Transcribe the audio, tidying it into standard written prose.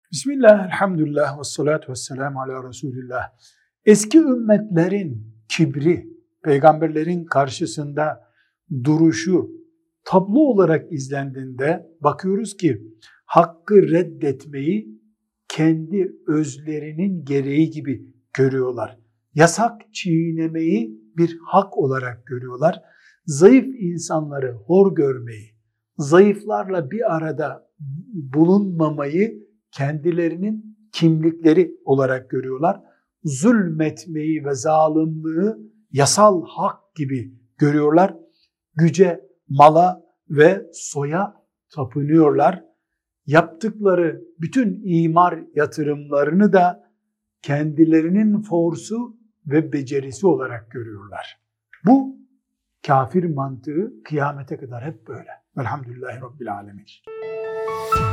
Bismillah, elhamdülillah, ve salatu ve selamu ala Resulillah. Eski ümmetlerin kibri, peygamberlerin karşısında duruşu tablo olarak izlendiğinde bakıyoruz ki hakkı reddetmeyi kendi özlerinin gereği gibi görüyorlar. Yasak çiğnemeyi bir hak olarak görüyorlar. Zayıf insanları hor görmeyi, zayıflarla bir arada bulunmamayı kendilerinin kimlikleri olarak görüyorlar. Zulmetmeyi ve zalimliği yasal hak gibi görüyorlar. Güce, mala ve soya tapınıyorlar. Yaptıkları bütün imar yatırımlarını da kendilerinin forsu ve becerisi olarak görüyorlar. Bu kafir mantığı kıyamete kadar hep böyle. Velhamdülillahi Rabbil Alemin.